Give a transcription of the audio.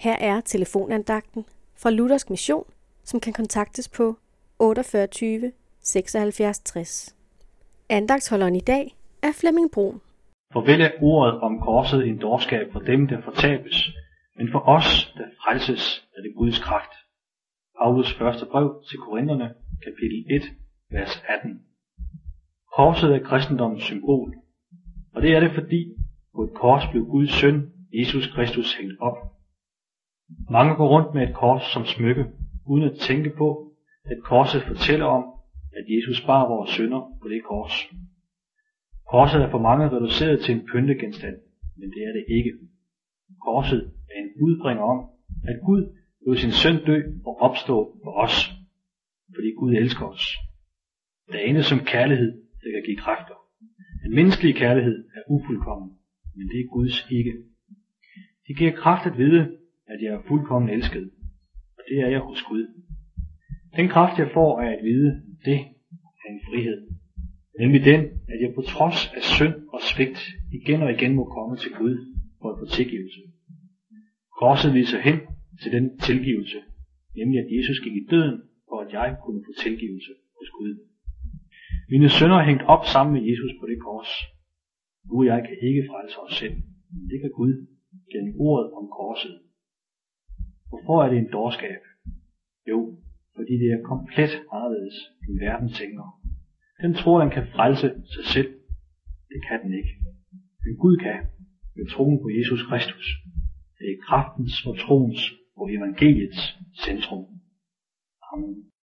Her er telefonandagten fra Luthersk Mission, som kan kontaktes på 48 76 60. Andagtsholderen i dag er Flemming Brun. For vel er ordet om korset en dårskab for dem, der fortabes, men for os, der frelses af det Guds kraft. Paulus første brev til Korinterne, kapitel 1, vers 18. Korset er kristendommens symbol, og det er det fordi, på et kors blev Guds søn, Jesus Kristus, hængt op. Mange går rundt med et kors som smykke, uden at tænke på, at korset fortæller om, at Jesus bar vores synder på det kors. Korset er for mange reduceret til en pyntegenstand, men det er det ikke. Korset er en budbringer om, at Gud lod sin søn dø og opstå for os, fordi Gud elsker os. Der er intet som kærlighed, der kan give kræfter. Den menneskelige kærlighed er ufuldkommen, men det er Guds ikke. Det giver kraft at vide, at jeg er fuldkommen elsket, og det er jeg hos Gud. Den kraft, jeg får af at vide, det er en frihed. Nemlig den, at jeg på trods af synd og svigt igen og igen må komme til Gud for at få tilgivelse. Korset viser hen til den tilgivelse, nemlig at Jesus gik i døden, for at jeg kunne få tilgivelse hos Gud. Mine synder er hængt op sammen med Jesus på det kors. Du og jeg kan ikke frelse os selv, men det kan Gud gennem ordet om korset. Hvorfor er det en dårskab? Jo, fordi det er komplet anderledes, end verden tænker. Den tror, den kan frelse sig selv. Det kan den ikke. Men Gud kan, ved troen på Jesus Kristus. Det er kraftens og troens og evangeliets centrum. Amen.